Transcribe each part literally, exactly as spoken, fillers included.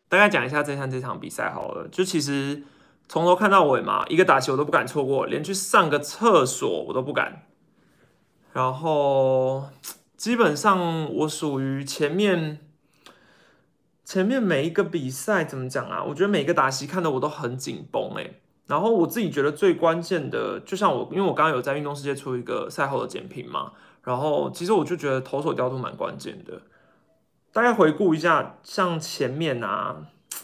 大概讲一下这场这场比赛好了，就其实从头看到尾嘛，一个打球我都不敢错过，连去上个厕所我都不敢。然后基本上我属于前面前面每一个比赛怎么讲啊？我觉得每个打席看的我都很紧绷哎。然后我自己觉得最关键的，就像我，因为我刚刚有在运动世界出一个赛后的简评嘛，然后其实我就觉得投手调度蛮关键的。大概回顾一下，像前面啊，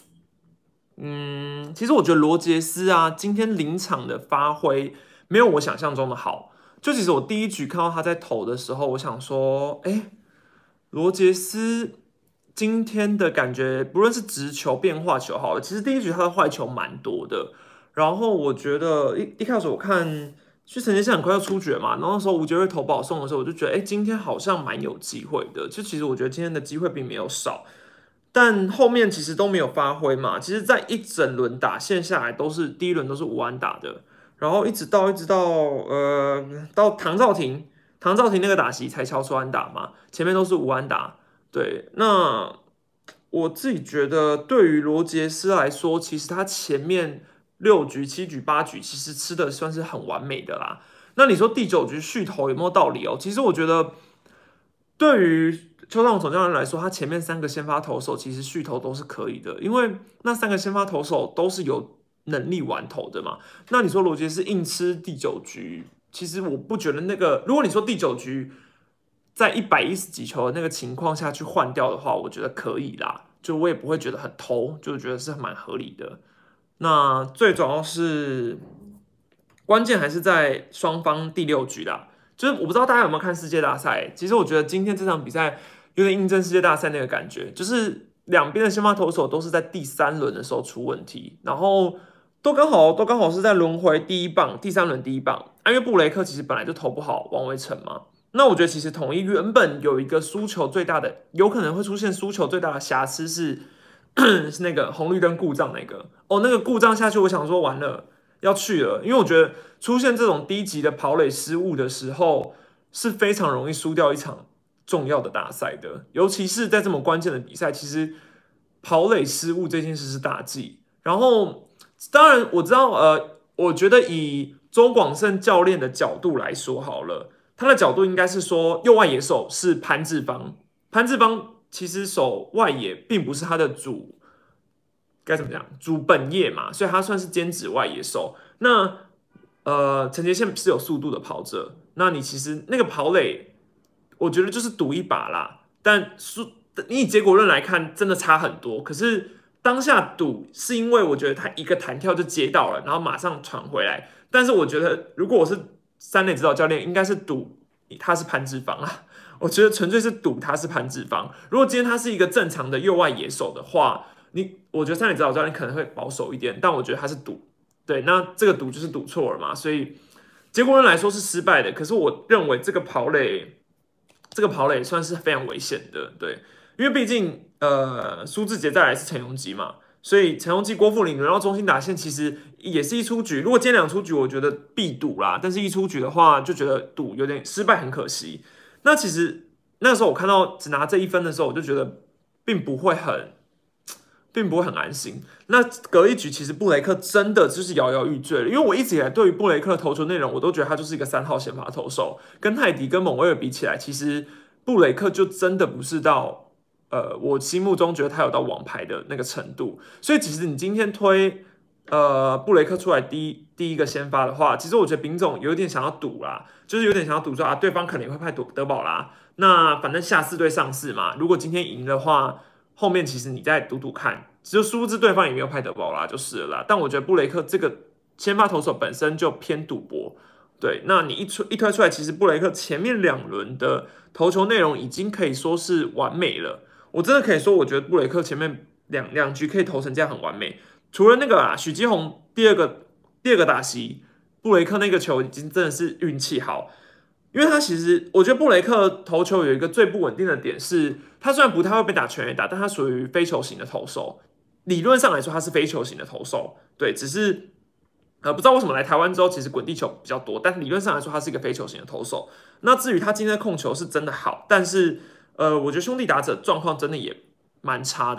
嗯，其实我觉得罗杰斯啊，今天临场的发挥没有我想象中的好。就其实我第一局看到他在投的时候，我想说，哎，罗杰斯今天的感觉，不论是直球、变化球好了，其实第一局他的坏球蛮多的。然后我觉得一一开始我看去陈杰宪很快要出局嘛，然后那时候吴杰瑞投保送的时候，我就觉得，哎，今天好像蛮有机会的。就其实我觉得今天的机会并没有少。但后面其实都没有发挥嘛。其实，在一整轮打线下来，都是第一轮都是无安打的，然后一直到一直到呃到唐兆廷，唐兆廷那个打席才敲出安打嘛，前面都是无安打。对，那我自己觉得，对于罗杰斯来说，其实他前面六局、七局、八局，其实吃的算是很完美的啦。那你说第九局续投有没有道理哦？其实我觉得，对于邱尚总教练来说，他前面三个先发投手其实续投都是可以的，因为那三个先发投手都是有能力完投的嘛。那你说罗杰斯硬吃第九局，其实我不觉得那个，如果你说第九局在一百一十几球的那个情况下去换掉的话，我觉得可以啦，就我也不会觉得很偷，就觉得是蛮合理的。那最主要是关键还是在双方第六局啦。就是我不知道大家有没有看世界大赛，其实我觉得今天这场比赛有点印证世界大赛那个感觉，就是两边的先发投手都是在第三轮的时候出问题，然后都刚好都刚好是在轮回第一棒，第三轮第一棒，啊，因为布雷克其实本来就投不好王维成嘛。那我觉得其实统一原本有一个输球最大的，有可能会出现输球最大的瑕疵是是那个红绿灯故障那个哦，那个故障下去，我想说完了要去了，因为我觉得出现这种低级的跑垒失误的时候，是非常容易输掉一场重要的大赛的，尤其是在这么关键的比赛，其实跑垒失误这件事是大忌。然后，当然我知道，呃，我觉得以周广胜教练的角度来说好了，他的角度应该是说右外野手是潘志芳，潘志芳其实守外野并不是他的主，该怎么讲主本业嘛，所以他算是兼职外野手。那呃，陈杰宪是有速度的跑者，那你其实那个跑垒，我觉得就是赌一把啦。但输你以结果论来看，真的差很多。可是当下赌是因为我觉得他一个弹跳就接到了，然后马上传回来。但是我觉得如果我是三垒指导教练，应该是赌他是潘志芳啊。我觉得纯粹是赌他是潘志芳。如果今天他是一个正常的右外野手的话，你我觉得三垒指导教练可能会保守一点，但我觉得他是赌。对，那这个赌就是赌错了嘛，所以结果论来说是失败的。可是我认为这个跑垒，这个跑垒算是非常危险的，对，因为毕竟呃苏志杰再来是陈永基嘛，所以陈永基、郭富林轮到中心打线，其实也是一出局。如果今天两出局，我觉得必赌啦，但是一出局的话，就觉得赌有点失败，很可惜。那其实那时候我看到只拿这一分的时候，我就觉得并不会很。并不会很安心。那隔一局，其实布雷克真的就是摇摇欲坠了，因为我一直以来对于布雷克的投球内容，我都觉得他就是一个三号先发投手，跟泰迪跟蒙威尔比起来，其实布雷克就真的不是到呃我心目中觉得他有到王牌的那个程度。所以其实你今天推呃布雷克出来第一第一个先发的话，其实我觉得丙总有点想要赌啦，就是有点想要赌说啊，对方可能也会派德保拉，那反正下四对上四嘛，如果今天赢的话。后面其实你再赌赌看，只有殊不知对方也没有派德保拉就是了啦。但我觉得布雷克这个先发投手本身就偏赌博，对，那你一出一推出来，其实布雷克前面两轮的投球内容已经可以说是完美了。我真的可以说，我觉得布雷克前面两两局可以投成这样很完美。除了那个啊，许基宏第二个第二个打席，布雷克那个球已经真的是运气好。因为他其实，我觉得布雷克投球有一个最不稳定的点是，他虽然不太会被打全垒打，但他属于非球型的投手。理论上来说，他是非球型的投手，对，只是呃不知道为什么来台湾之后，其实滚地球比较多，但理论上来说，他是一个非球型的投手。那至于他今天的控球是真的好，但是呃，我觉得兄弟打者状况真的也蛮差的。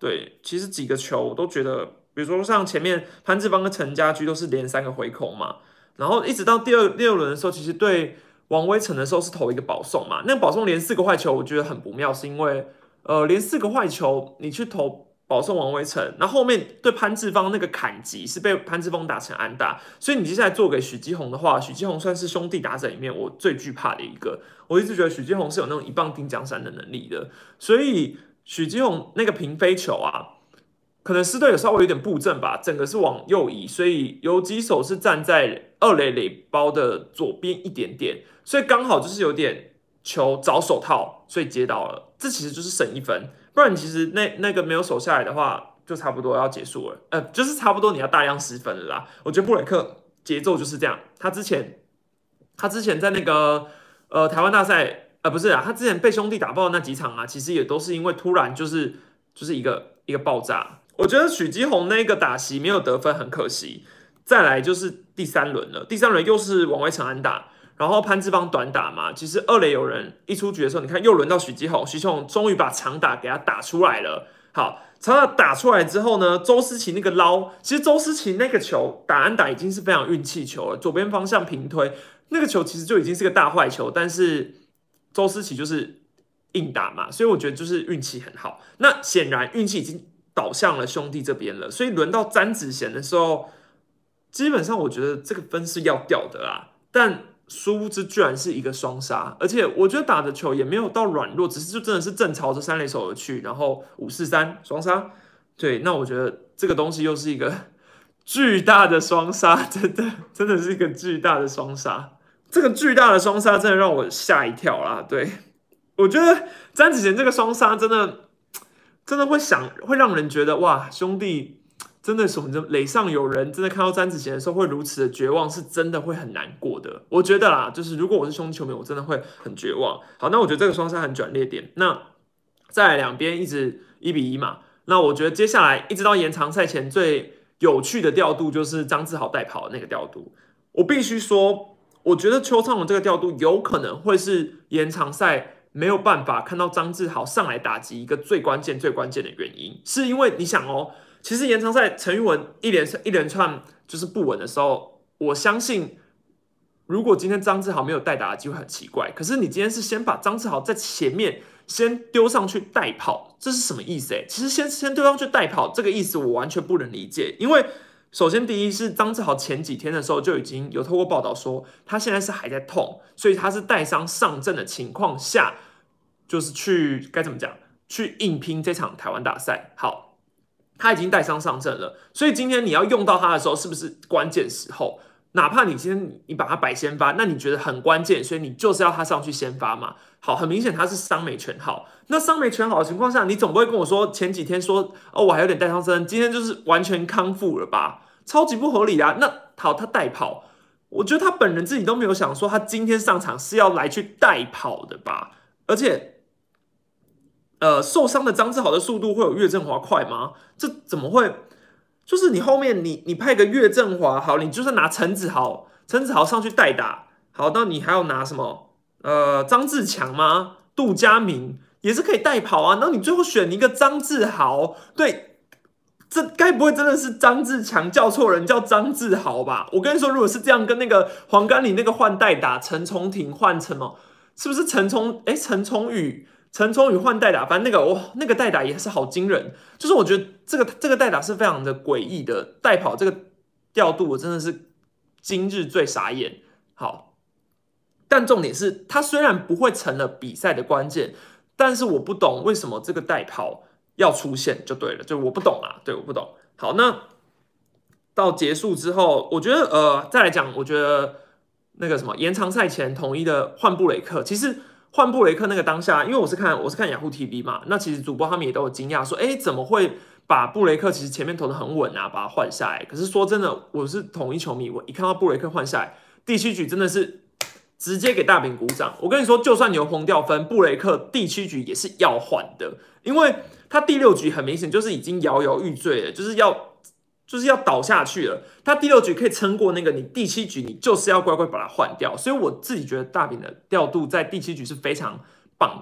对，其实几个球我都觉得，比如说像前面潘志邦跟陈家驹都是连三个回空嘛，然后一直到第二第二轮的时候，其实对王威成的时候是投一个保送嘛，那个保送连四个坏球，我觉得很不妙，是因为呃连四个坏球你去投保送王威成，那后面对潘志芳那个砍击是被潘志芳打成安打，所以你接下来做给许基宏的话，许基宏算是兄弟打者里面我最惧怕的一个，我一直觉得许基宏是有那种一棒定江山的能力的，所以许基宏那个平飞球啊。可能狮队有稍微有点布阵吧，整个是往右移，所以游击手是站在二垒垒包的左边一点点，所以刚好就是有点球找手套，所以接到了，这其实就是省一分，不然其实那那个没有守下来的话，就差不多要结束了，呃，就是差不多你要大量失分了啦。我觉得布雷克节奏就是这样，他之前他之前在那个呃台湾大赛，呃不是啊，他之前被兄弟打爆的那几场啊，其实也都是因为突然就是就是一个一个爆炸。我觉得许基宏那个打席没有得分很可惜。再来就是第三轮了，第三轮又是王威成安打，然后潘志邦短打嘛。其实二垒有人一出局的时候，你看又轮到许基宏，许基宏终于把长打给他打出来了。好，长打打出来之后呢，周思齐那个捞，其实周思齐那个球打安打已经是非常运气球了，左边方向平推那个球其实就已经是个大坏球，但是周思齐就是硬打嘛，所以我觉得就是运气很好。那显然运气已经倒向了兄弟这边了，所以轮到詹子贤的时候，基本上我觉得这个分是要掉的啦。但殊不知居然是一个双杀，而且我觉得打的球也没有到软弱，只是就真的是正朝着三垒手而去，然后五四三双杀。对，那我觉得这个东西又是一个巨大的双杀，真的真的是一个巨大的双杀。这个巨大的双杀真的让我吓一跳啦。对，我觉得詹子贤这个双杀真的。真的会想，会让人觉得哇，兄弟真的什么垒上有人，真的看到詹子贤的时候会如此的绝望，是真的会很难过的。我觉得啦，就是如果我是兄弟球迷，我真的会很绝望。好，那我觉得这个双杀很转捩点。那再来两边一直一比一嘛，那我觉得接下来一直到延长赛前最有趣的调度就是张志豪带跑的那个调度。我必须说，我觉得邱昌龙这个调度有可能会是延长赛。没有办法看到张志豪上来打击一个最关键、最关键的原因，是因为你想哦，其实延长赛陈玉文一连一连串就是不稳的时候，我相信如果今天张志豪没有代打的机会很奇怪，可是你今天是先把张志豪在前面先丢上去带跑，这是什么意思？哎，其实先先丢上去带跑这个意思我完全不能理解，因为。首先，第一是张志豪前几天的时候就已经有透过报道说，他现在是还在痛，所以他是带伤上阵的情况下，就是去该怎么讲，去硬拼这场台湾大赛。好，他已经带伤上阵了，所以今天你要用到他的时候，是不是关键时候？哪怕你今天你把他摆先发，那你觉得很关键，所以你就是要他上去先发嘛？好，很明显他是伤没全好。那伤没全好的情况下，你总不会跟我说前几天说哦我还有点带伤身，今天就是完全康复了吧？超级不合理啊！那好，他代跑，我觉得他本人自己都没有想说他今天上场是要来去代跑的吧？而且，呃，受伤的张志豪的速度会有岳振华快吗？这怎么会？就是你后面你你派个岳振华，好，你就算拿陈子豪，陈子豪上去代打，好，那你还要拿什么？呃，张志强吗？杜家明也是可以代跑啊。然后你最后选一个张志豪，对。这该不会真的是张志强叫错人，叫张志豪吧？我跟你说，如果是这样，跟那个黄甘里那个换代打陈崇廷换成哦，是不是陈崇？哎，陈崇宇，陈崇宇换代打，反正那个哇，那个代打也是好惊人。就是我觉得这个这个代打是非常的诡异的，代跑这个调度，我真的是今日最傻眼。好，但重点是，他虽然不会成了比赛的关键，但是我不懂为什么这个代跑。要出现就对了，就我不懂啦，对，我不懂。好，那到结束之后，我觉得呃，再来讲，我觉得那个什么延长赛前统一的换布雷克，其实换布雷克那个当下，因为我是看我是看雅虎 T V 嘛，那其实主播他们也都有惊讶说，哎，怎么会把布雷克其实前面投的很稳啊，把他换下来？可是说真的，我是统一球迷，我一看到布雷克换下来，第七局真的是。直接给大饼鼓掌！我跟你说，就算牛棚掉分，布雷克第七局也是要换的，因为他第六局很明显就是已经摇摇欲坠了，就是要就是要倒下去了。他第六局可以撑过那个，你第七局你就是要乖乖把它换掉。所以我自己觉得大饼的调度在第七局是非常棒的。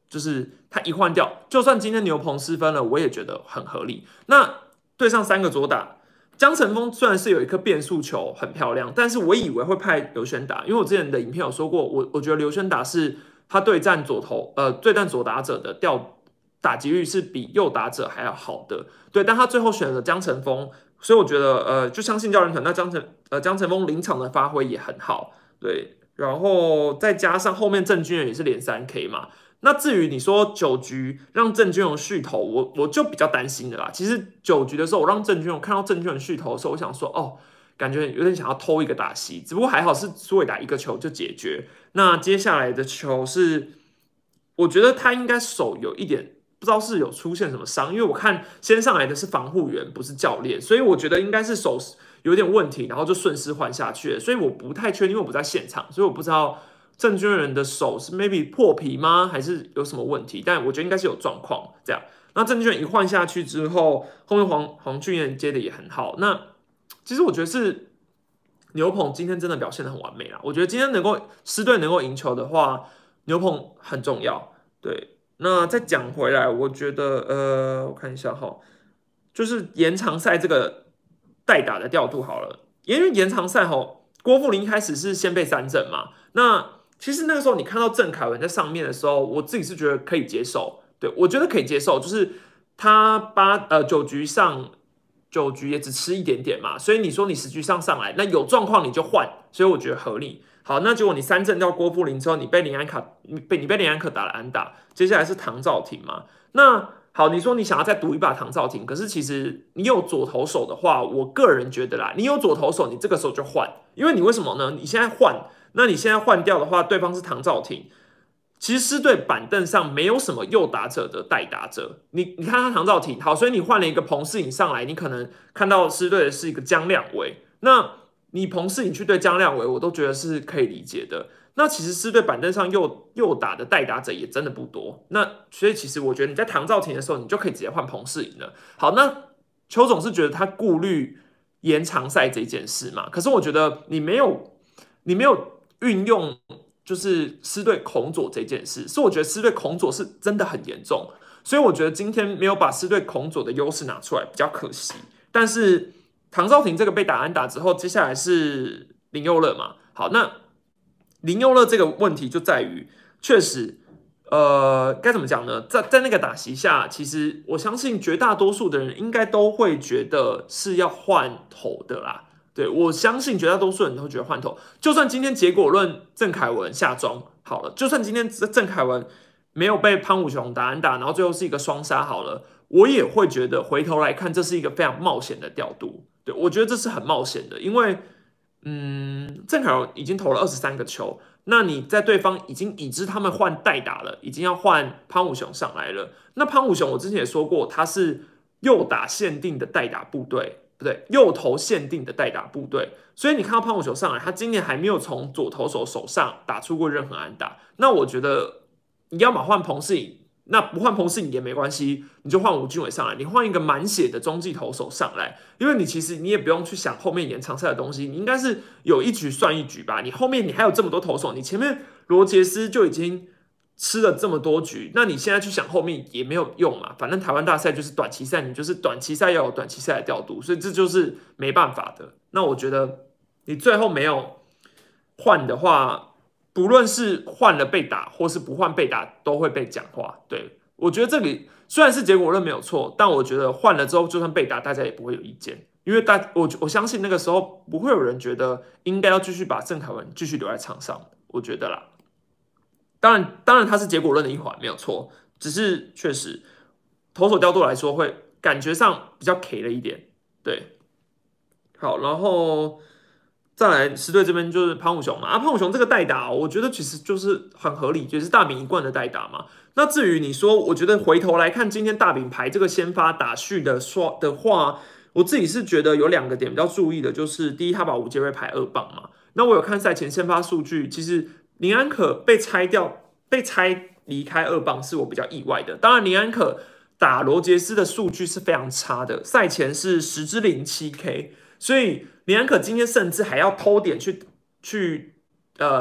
就是他一换掉，就算今天牛棚失分了，我也觉得很合理。那对上三个左打，江晨峰虽然是有一颗变速球很漂亮，但是我以为会派刘轩达，因为我之前的影片有说过，我我觉得刘轩达是他对战左投呃对战左打者的调打击率是比右打者还要好的，对，但他最后选了江晨峰，所以我觉得呃就相信教练团，那江晨呃江晨峰临场的发挥也很好，对，然后再加上后面郑钧仁也是连三 K 嘛。那至于你说九局让郑钧荣续投，我我就比较担心的啦。其实九局的时候，我让郑钧荣看到郑钧荣续投的时候，我想说，哦，感觉有点想要偷一个打席，只不过还好是苏伟打一个球就解决。那接下来的球是，我觉得他应该手有一点不知道是有出现什么伤，因为我看先上来的是防护员，不是教练，所以我觉得应该是手有点问题，然后就顺势换下去了。所以我不太确定，因为我不在现场，所以我不知道。郑钧仁的手是 maybe 破皮吗？还是有什么问题？但我觉得应该是有状况。这样，那郑钧仁一换下去之后，后面黄黄俊彦接的也很好。那其实我觉得是牛棚今天真的表现的很完美啦。我觉得今天能够狮队能够赢球的话，牛棚很重要。对，那再讲回来，我觉得呃，我看一下哈，就是延长赛这个代打的调度好了，因为延长赛哈。郭富林一开始是先被三振嘛，那其实那个时候你看到郑凯文在上面的时候，我自己是觉得可以接受，对我觉得可以接受，就是他八呃九局上九局也只吃一点点嘛，所以你说你十局上上来，那有状况你就换，所以我觉得合理。好，那结果你三振掉郭富林之后，你被林安卡你被你被林安可打了安打，接下来是唐兆廷嘛，那。好，你说你想要再赌一把唐兆廷，可是其实你有左投手的话，我个人觉得啦，你有左投手，你这个时候就换，因为你为什么呢？你现在换，那你现在换掉的话，对方是唐兆廷，其实狮队板凳上没有什么右打者的代打者，你你看他唐兆廷，好，所以你换了一个彭世颖上来，你可能看到狮队的是一个江亮伟，那你彭世颖去对江亮伟，我都觉得是可以理解的。那其实狮队板凳上右右打的代打者也真的不多，那所以其实我觉得你在唐兆廷的时候，你就可以直接换彭世颖了。好，那邱总是觉得他顾虑延长赛这件事嘛？可是我觉得你没有你没有运用就是狮队恐左这件事，是我觉得狮队恐左是真的很严重，所以我觉得今天没有把狮队恐左的优势拿出来比较可惜。但是唐兆廷这个被打安打之后，接下来是林佑乐嘛？好，那。林佑乐这个问题就在于，确实，呃，该怎么讲呢？在在那个打席下，其实我相信绝大多数的人应该都会觉得是要换头的啦。对，我相信绝大多数人都会觉得换头。就算今天结果论郑凯文下庄好了，就算今天郑凯文没有被潘武雄打安打，然后最后是一个双杀好了，我也会觉得回头来看，这是一个非常冒险的调度。对，我觉得这是很冒险的，因为。嗯，郑凯文已经投了二十三个球，那你在对方已经已知他们换代打了，已经要换潘武雄上来了。那潘武雄我之前也说过，他是右打限定的代打部队，不对，右投限定的代打部队。所以你看到潘武雄上来，他今年还没有从左投手手上打出过任何安打。那我觉得你要么换彭世颖。那不换彭世颖也没关系，你就换吴俊伟上来，你换一个满血的中继投手上来，因为你其实你也不用去想后面延长赛的东西，你应该是有一局算一局吧。你后面你还有这么多投手，你前面罗杰斯就已经吃了这么多局，那你现在去想后面也没有用嘛。反正台湾大赛就是短期赛，你就是短期赛要有短期赛的调度，所以这就是没办法的。那我觉得你最后没有换的话。不论是换了被打，或是不换被打，都会被讲话。对，我觉得这里虽然是结果论没有错，但我觉得换了之后，就算被打，大家也不会有意见，因为大我我相信那个时候不会有人觉得应该要继续把郑凯文继续留在场上。我觉得啦，当然，当然他是结果论的一环，没有错，只是确实投手调度来说，会感觉上比较 K 了一点。对，好，然后。再来，狮队这边就是潘武雄嘛，啊，潘武雄这个代打、哦，我觉得其实就是很合理，就是大饼一贯的代打嘛。那至于你说，我觉得回头来看今天大饼牌这个先发打序的说的话，我自己是觉得有两个点比较注意的，就是第一，他把吴杰瑞排二棒嘛。那我有看赛前先发数据，其实林安可被拆掉、被拆离开二棒是我比较意外的。当然，林安可打罗杰斯的数据是非常差的，赛前是十支零七 K， 所以。林安可今天甚至还要偷点去去呃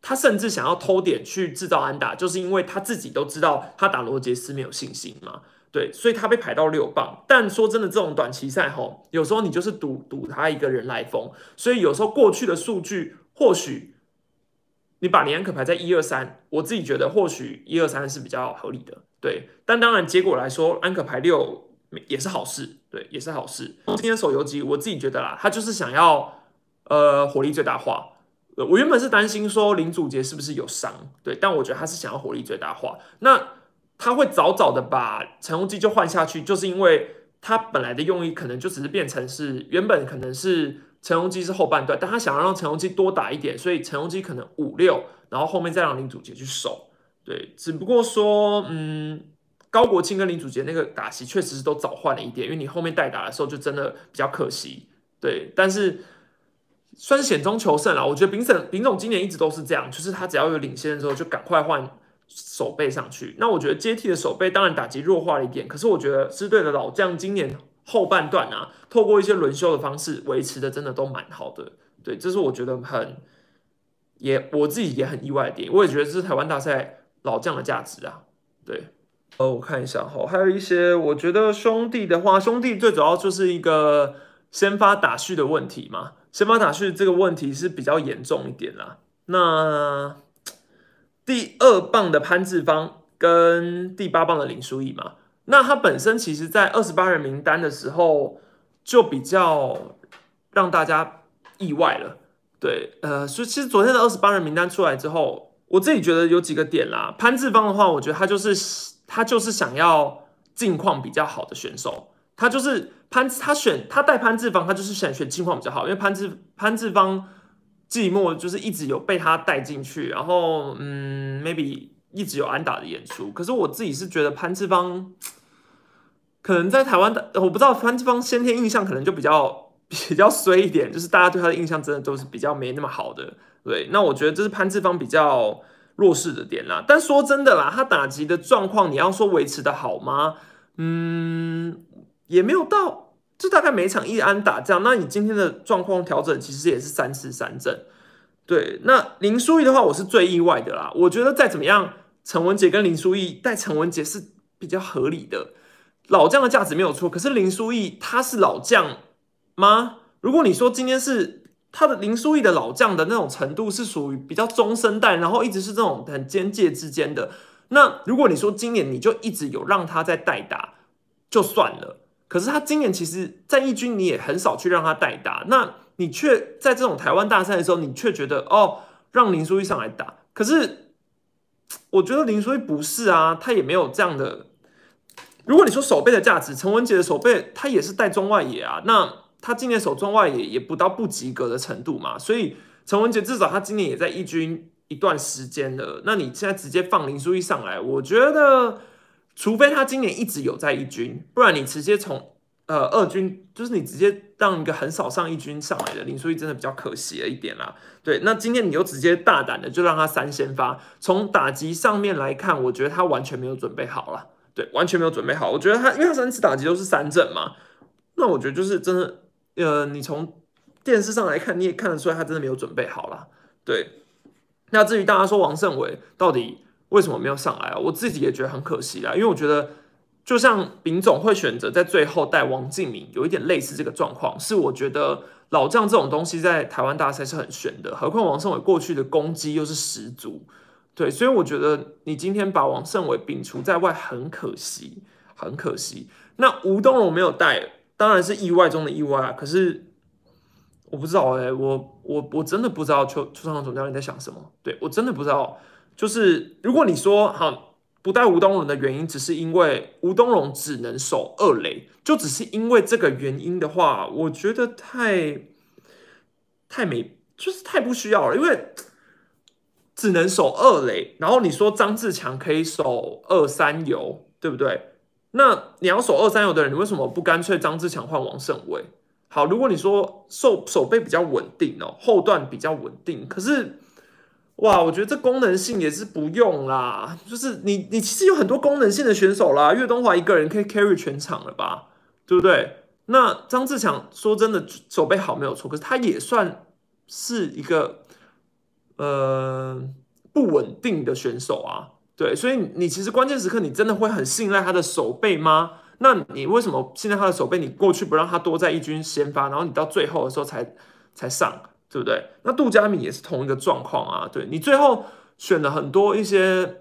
他甚至想要偷点去制造安打，就是因为他自己都知道他打罗杰斯没有信心嘛。对，所以他被排到六棒。但说真的，这种短期赛吼，有时候你就是赌赌他一个人来疯，所以有时候过去的数据或许。你把林安可排在一二三，我自己觉得或许一二三是比较合理的，对。但当然结果来说，安可排六也是好事，对，也是好事。今天手游机我自己觉得啦，他就是想要呃火力最大化。我原本是担心说林祖杰是不是有伤，对，但我觉得他是想要火力最大化。那他会早早的把陈宏基就换下去，就是因为他本来的用意可能就只是变成是原本可能是。陈宏基是后半段，但他想要让陈宏基多打一点，所以陈宏基可能五六，然后后面再让林祖杰去守。对，只不过说，嗯，高国庆跟林祖杰那个打席确实是都早换了一点，因为你后面代打的时候就真的比较可惜。对，但是算是险中求胜啦。我觉得丙总丙总今年一直都是这样，就是他只要有领先的时候就赶快换守备上去。那我觉得接替的守备当然打击弱化了一点，可是我觉得狮队的老将今年。后半段啊，透过一些轮休的方式维持的真的都蛮好的，对，这是我觉得很也我自己也很意外的点，我也觉得这是台湾大赛老将的价值啊，对，呃，我看一下哈，还有一些我觉得兄弟的话，兄弟最主要就是一个先发打序的问题嘛，先发打序这个问题是比较严重一点啦，那第二棒的潘志芳跟第八棒的林书义嘛。那他本身其实，在二十八人名单的时候，就比较让大家意外了。对，呃，所以其实昨天的二十八人名单出来之后，我自己觉得有几个点啦。潘志芳的话，我觉得他就是他就是想要近况比较好的选手，他就是潘他选他带潘志芳，他就是想选近况比较好，因为潘志潘志芳季末就是一直有被他带进去，然后嗯，maybe 一直有安打的演出，可是我自己是觉得潘志芳。可能在台湾的，我不知道潘志芳先天印象可能就比较比较衰一点，就是大家对他的印象真的都是比较没那么好的。对，那我觉得这是潘志芳比较弱势的点啦。但说真的啦，他打击的状况，你要说维持的好吗？嗯，也没有到，就大概每场一安打这样。那你今天的状况调整其实也是三次三振。对，那林书义的话，我是最意外的啦。我觉得再怎么样，陈文杰跟林书义带陈文杰是比较合理的。老将的价值没有错，可是林书义他是老将吗？如果你说今天是他的林书义的老将的那种程度是属于比较中生代，然后一直是这种很间界之间的，那如果你说今年你就一直有让他在代打就算了，可是他今年其实在一军你也很少去让他代打，那你却在这种台湾大赛的时候，你却觉得哦让林书义上来打，可是我觉得林书义不是啊，他也没有这样的。如果你说守备的价值，陈文杰的守备他也是带中外野啊，那他今年守中外野也不到不及格的程度嘛，所以陈文杰至少他今年也在一军一段时间了，那你现在直接放林书义上来，我觉得除非他今年一直有在一军，不然你直接从呃二军，就是你直接让一个很少上一军上来的林书义，真的比较可惜了一点啦。对，那今天你又直接大胆的就让他三先发，从打击上面来看，我觉得他完全没有准备好了。对，完全没有准备好。我觉得他，因为他三次打击都是三振嘛，那我觉得就是真的，呃，你从电视上来看，你也看得出来他真的没有准备好啦。对，那至于大家说王胜伟到底为什么没有上来啊？我自己也觉得很可惜啦，因为我觉得就像丙总会选择在最后带王敬明，有一点类似这个状况，是我觉得老将这种东西在台湾大赛是很悬的，何况王胜伟过去的攻击又是十足。对，所以我觉得你今天把王胜伟摒除在外，很可惜，很可惜。那吴东荣没有带，当然是意外中的意外啊。可是我不知道哎、欸，我我我真的不知道邱邱昌总教练在想什么。对我真的不知道。就是如果你说好不带吴东荣的原因，只是因为吴东荣只能守二垒，就只是因为这个原因的话，我觉得太太没，就是太不需要了，因为。只能守二垒，然后你说张志强可以守二三游，对不对？那你要守二三游的人，你为什么不干脆张志强换王胜伟？好，如果你说手手背比较稳定哦，后段比较稳定，可是哇，我觉得这功能性也是不用啦。就是你你其实有很多功能性的选手啦，岳东华一个人可以 carry 全场了吧，对不对？那张志强说真的手背好没有错，可是他也算是一个。 呃不稳定的选手啊。对，所以你其实关键时刻你真的会很信赖他的手背吗？那你为什么信赖他的手背？你过去不让他多在一军先发，然后你到最后的时候才才上，对不对？那杜佳米也是同一个状况啊。对你最后选了很多一些。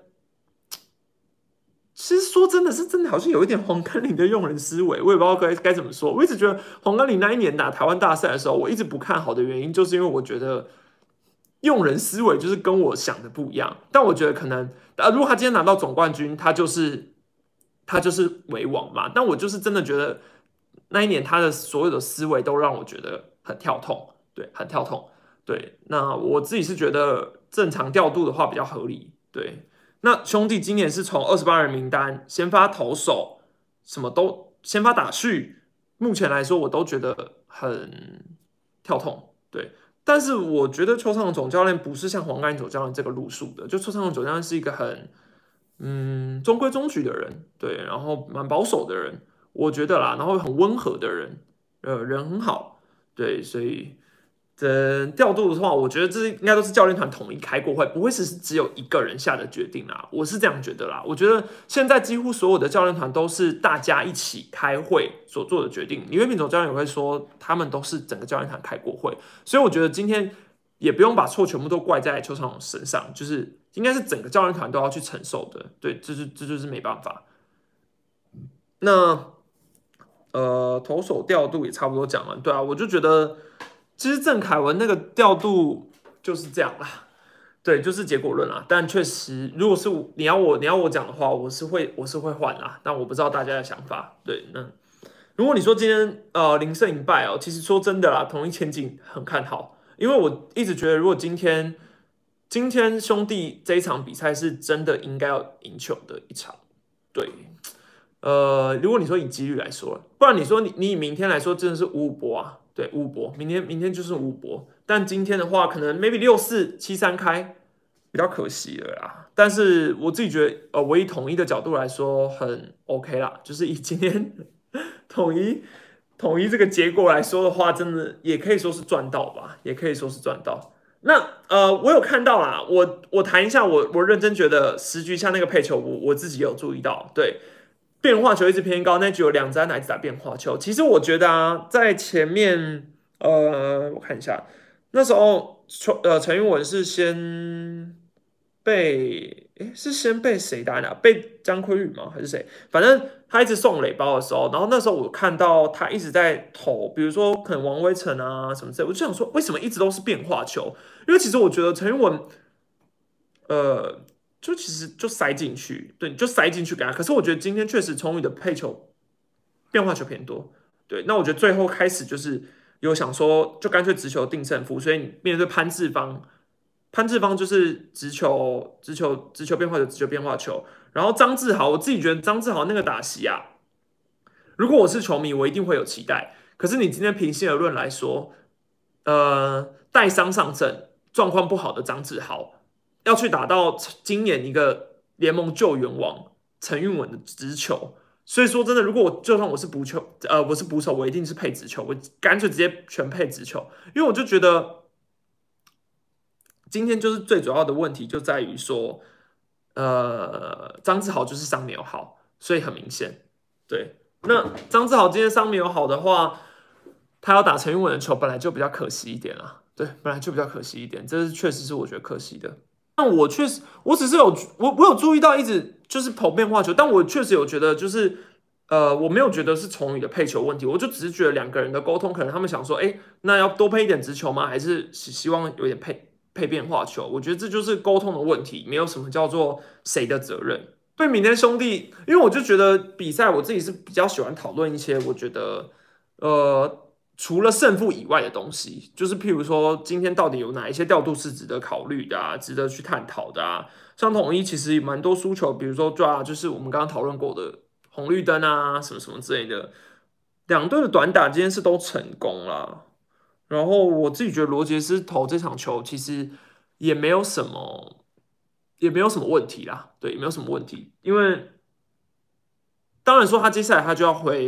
其实说真的是真的，好像有一点黄甘霖的用人思维，我也不知道该该怎么说。我一直觉得黄甘霖那一年打台湾大赛的时候，我一直不看好的原因，就是因为我觉得用人思维就是跟我想的不一样。但我觉得可能啊，如果他今天拿到总冠军，他就是他就是为王嘛。但我就是真的觉得那一年他的所有的思维都让我觉得很跳痛，对，很跳痛。对，那我自己是觉得正常调度的话比较合理，对。那兄弟今年是从二十八人名单先发投手，什么都先发打序，目前来说我都觉得很跳痛，对。但是我觉得邱昌总教练不是像黄甘霖总教练这个路数的，就邱昌总教练是一个很嗯中规中矩的人，对，然后蛮保守的人，我觉得啦，然后很温和的人，呃，人很好，对，所以。这调度的话，我觉得这应该都是教练团统一开过会，不会是只有一个人下的决定啦。我是这样觉得啦。我觉得现在几乎所有的教练团都是大家一起开会所做的决定。李月平总教练也会说，他们都是整个教练团开过会，所以我觉得今天也不用把错全部都怪在邱长勇身上，就是应该是整个教练团都要去承受的。对，这就这就是没办法。那呃，投手调度也差不多讲完，对啊，我就觉得。其实郑凯文那个调度就是这样啦，对，就是结果论啦。但确实，如果是你要我你要我讲的话，我是会我是会换啦。但我不知道大家的想法。对，那如果你说今天呃零胜一败哦，其实说真的啦，统一前景很看好，因为我一直觉得，如果今天今天兄弟这一场比赛是真的应该要赢球的一场，对。呃，如果你说以几率来说，不然你说你你以明天来说，真的是五五波啊，对，五五波，明天明天就是五五波，但今天的话，可能 maybe 六四七三开，比较可惜了啦。但是我自己觉得，呃，唯一统一的角度来说，很 OK 啦，就是以今天统一统一这个结果来说的话，真的也可以说是赚到吧，也可以说是赚到。那呃，我有看到啦，我我谈一下，我我认真觉得十局下那个配球，我我自己有注意到，对。变化球一直偏高，那局有两支哪一直打变化球？其实我觉得啊，在前面，呃，我看一下，那时候呃陈云文是先被，诶，是先被谁打呢？被张坤宇吗？还是谁？反正他一直送垒包的时候，然后那时候我看到他一直在投，比如说可能王威成啊什么之类，我就想说，为什么一直都是变化球？因为其实我觉得陈云文，呃。就其实就塞进去，对，就塞进去给他。可是我觉得今天确实崇宇的配球变化球偏多，对。那我觉得最后开始就是有想说，就干脆直球定胜负，所以你面对潘志芳，潘志芳就是直球、直球、直球变化球、直球变化球。然后张志豪，我自己觉得张志豪那个打席啊，如果我是球迷，我一定会有期待。可是你今天平心而论来说，呃，带伤上阵、状况不好的张志豪。要去打到今年一个联盟救援王陈运文的直球，所以说真的，如果我就算我是补球，呃，我是捕手，我一定是配直球，我干脆直接全配直球，因为我就觉得今天就是最主要的问题就在于说，呃，张志豪就是伤没有好，所以很明显，对。那张志豪今天伤没有好的话，他要打陈运文的球，本来就比较可惜一点啦，对，本来就比较可惜一点，这是确实是我觉得可惜的。但我确实，我只是有我我有注意到一直就是投变化球，但我确实有觉得就是呃，我没有觉得是崇宇的配球问题，我就只是觉得两个人的沟通，可能他们想说，哎，那要多配一点直球吗？还是希望有点配配变化球？我觉得这就是沟通的问题，没有什么叫做谁的责任。对明天兄弟，因为我就觉得比赛我自己是比较喜欢讨论一些我觉得呃。除了胜负以外的东西，就是譬如说，今天到底有哪一些调度是值得考虑的啊，值得去探讨的啊？像统一其实蛮多输球，比如说抓就是我们刚刚讨论过的红绿灯啊，什么什么之类的。两队的短打今天是都成功了，然后我自己觉得罗杰斯投这场球其实也没有什么，也没有什么问题啦，对，也没有什么问题，因为当然说他接下来他就要回。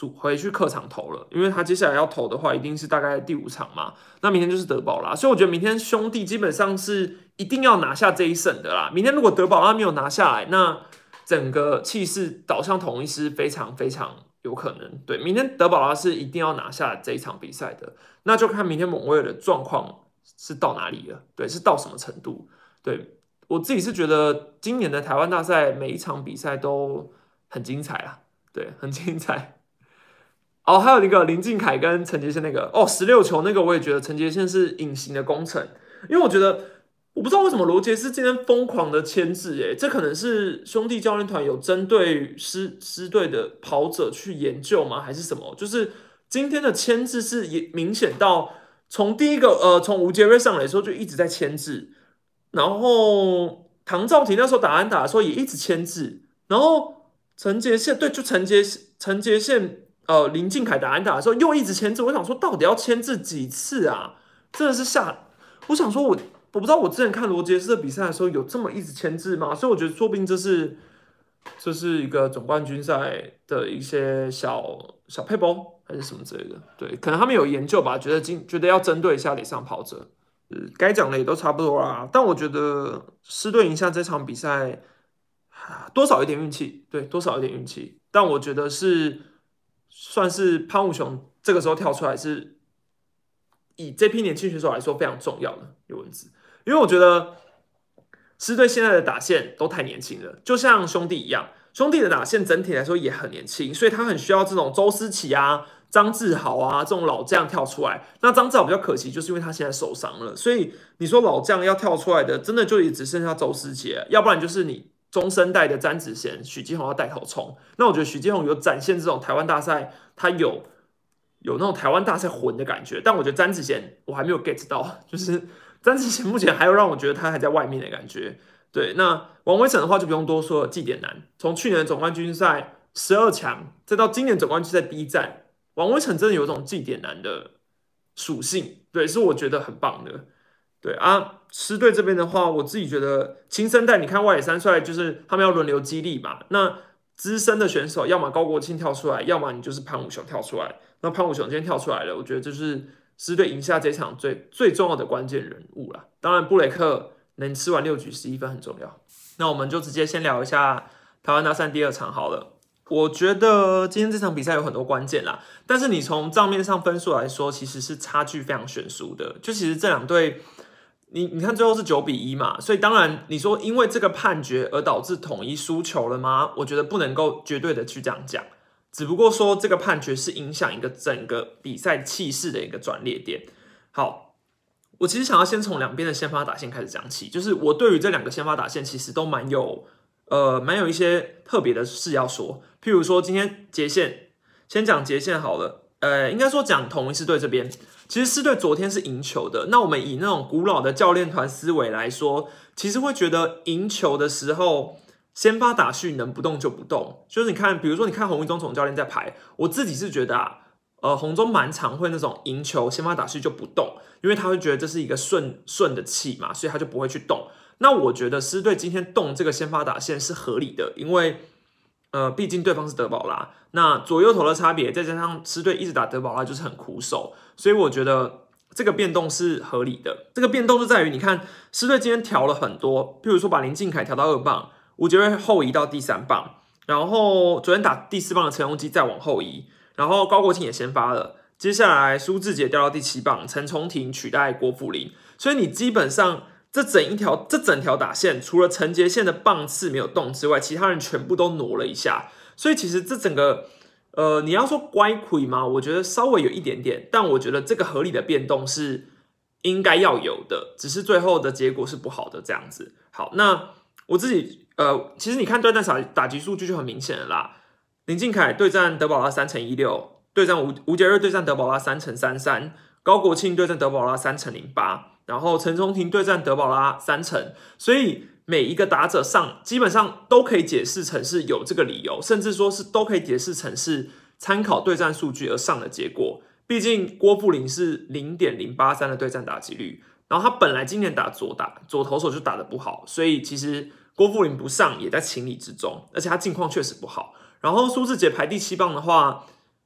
主回去客场投了，因为他接下来要投的话，一定是大概第五场嘛。那明天就是德保拉，所以我觉得明天兄弟基本上是一定要拿下这一胜的啦。明天如果德保拉没有拿下来，那整个气势导向统一是非常非常有可能。对，明天德保拉是一定要拿下这一场比赛的，那就看明天蒙威尔的状况是到哪里了，对，是到什么程度。对，我自己是觉得今年的台湾大赛每一场比赛都很精彩啊，对，很精彩。哦，还有一个林敬凯跟陈杰宪那个哦，十六球那个我也觉得陈杰宪是隐形的功臣，因为我觉得我不知道为什么罗杰斯今天疯狂的牵制，诶，这可能是兄弟教练团有针对狮狮队的跑者去研究吗？还是什么？就是今天的牵制是也明显到从第一个呃从吴杰瑞上来的时候就一直在牵制，然后唐兆廷那时候打安打的时候也一直牵制，然后陈杰宪对就陈杰陈杰宪。呃，林敬凯打安打的时候又一直牵制，我想说到底要牵制几次啊？真的是吓！我想说我，我我不知道我之前看罗杰斯的比赛的时候有这么一直牵制吗？所以我觉得说不定这是这是一个总冠军赛的一些小小配包还是什么之类的。对，可能他们有研究吧，觉得今觉得要针对一下垒上跑者。呃，该讲的也都差不多啦。但我觉得狮队赢下这场比赛，多少有点运气，对，多少有点运气。但我觉得是。算是潘武雄这个时候跳出来，是以这批年轻选手来说非常重要的有文字，因为我觉得狮队现在的打线都太年轻了，就像兄弟一样，兄弟的打线整体来说也很年轻，所以他很需要这种周思齐啊、张志豪啊这种老将跳出来。那张志豪比较可惜，就是因为他现在受伤了，所以你说老将要跳出来的，真的就也只剩下周思齐了，要不然就是你。中生代的詹子贤、许基宏要带头冲，那我觉得许基宏有展现这种台湾大赛，他有有那种台湾大赛魂的感觉，但我觉得詹子贤我还没有 get 到，就是詹子贤目前还有让我觉得他还在外面的感觉。对，那王威成的话就不用多说了，祭典男从去年的总冠军赛十二强，再到今年总冠军赛第一站，王威成真的有种祭典男的属性，对，是我觉得很棒的。对啊，狮队这边的话，我自己觉得新生代，你看外野三帅就是他们要轮流激励嘛。那资深的选手，要么高国庆跳出来，要么你就是潘武雄跳出来。那潘武雄今天跳出来了，我觉得就是狮队赢下这场最最重要的关键人物啦。当然，布雷克能吃完六局十一分很重要。那我们就直接先聊一下台湾大赛第二场好了。我觉得今天这场比赛有很多关键啦，但是你从账面上分数来说，其实是差距非常悬殊的。就其实这两队。你你看最后是九比一嘛，所以当然你说因为这个判决而导致统一输球了吗？我觉得不能够绝对的去这样讲，只不过说这个判决是影响一个整个比赛气势的一个转捩点。好，我其实想要先从两边的先发打线开始讲起，就是我对于这两个先发打线其实都蛮有呃蛮有一些特别的事要说，譬如说今天杰宪，先讲杰宪好了。呃，应该说讲统一狮队这边，其实狮队昨天是赢球的。那我们以那种古老的教练团思维来说，其实会觉得赢球的时候，先发打序能不动就不动。就是你看，比如说你看洪一中总教练在排，我自己是觉得啊，呃，洪中蛮常会那种赢球先发打序就不动，因为他会觉得这是一个顺顺的气嘛，所以他就不会去动。那我觉得狮队今天动这个先发打线是合理的，因为。呃，毕竟对方是德保拉，那左右投的差别，再加上狮队一直打德保拉就是很苦手，所以我觉得这个变动是合理的。这个变动就在于，你看狮队今天调了很多，譬如说把林敬凯调到二棒，吴杰瑞后移到第三棒，然后昨天打第四棒的陈庸基再往后移，然后高国庆也先发了，接下来苏智杰调到第七棒，陈重廷取代郭富林，所以你基本上。这整一条，这整条打线，除了陈杰宪的棒次没有动之外，其他人全部都挪了一下。所以其实这整个，呃，你要说乖亏吗？我觉得稍微有一点点，但我觉得这个合理的变动是应该要有的，只是最后的结果是不好的这样子。好，那我自己，呃，其实你看对战打打击数据就很明显了啦。林敬凯对战德保拉三乘一六，对战吴吴杰瑞对战德保拉三乘三三，高国庆对战德保拉三乘零八。然后陈重廷对战德保拉三成，所以每一个打者上基本上都可以解释成是有这个理由，甚至说是都可以解释成是参考对战数据而上的结果。毕竟郭富林是 零点零八三 的对战打击率，然后他本来今年打左打左投手就打得不好，所以其实郭富林不上也在情理之中，而且他近况确实不好。然后苏智杰排第七棒的话，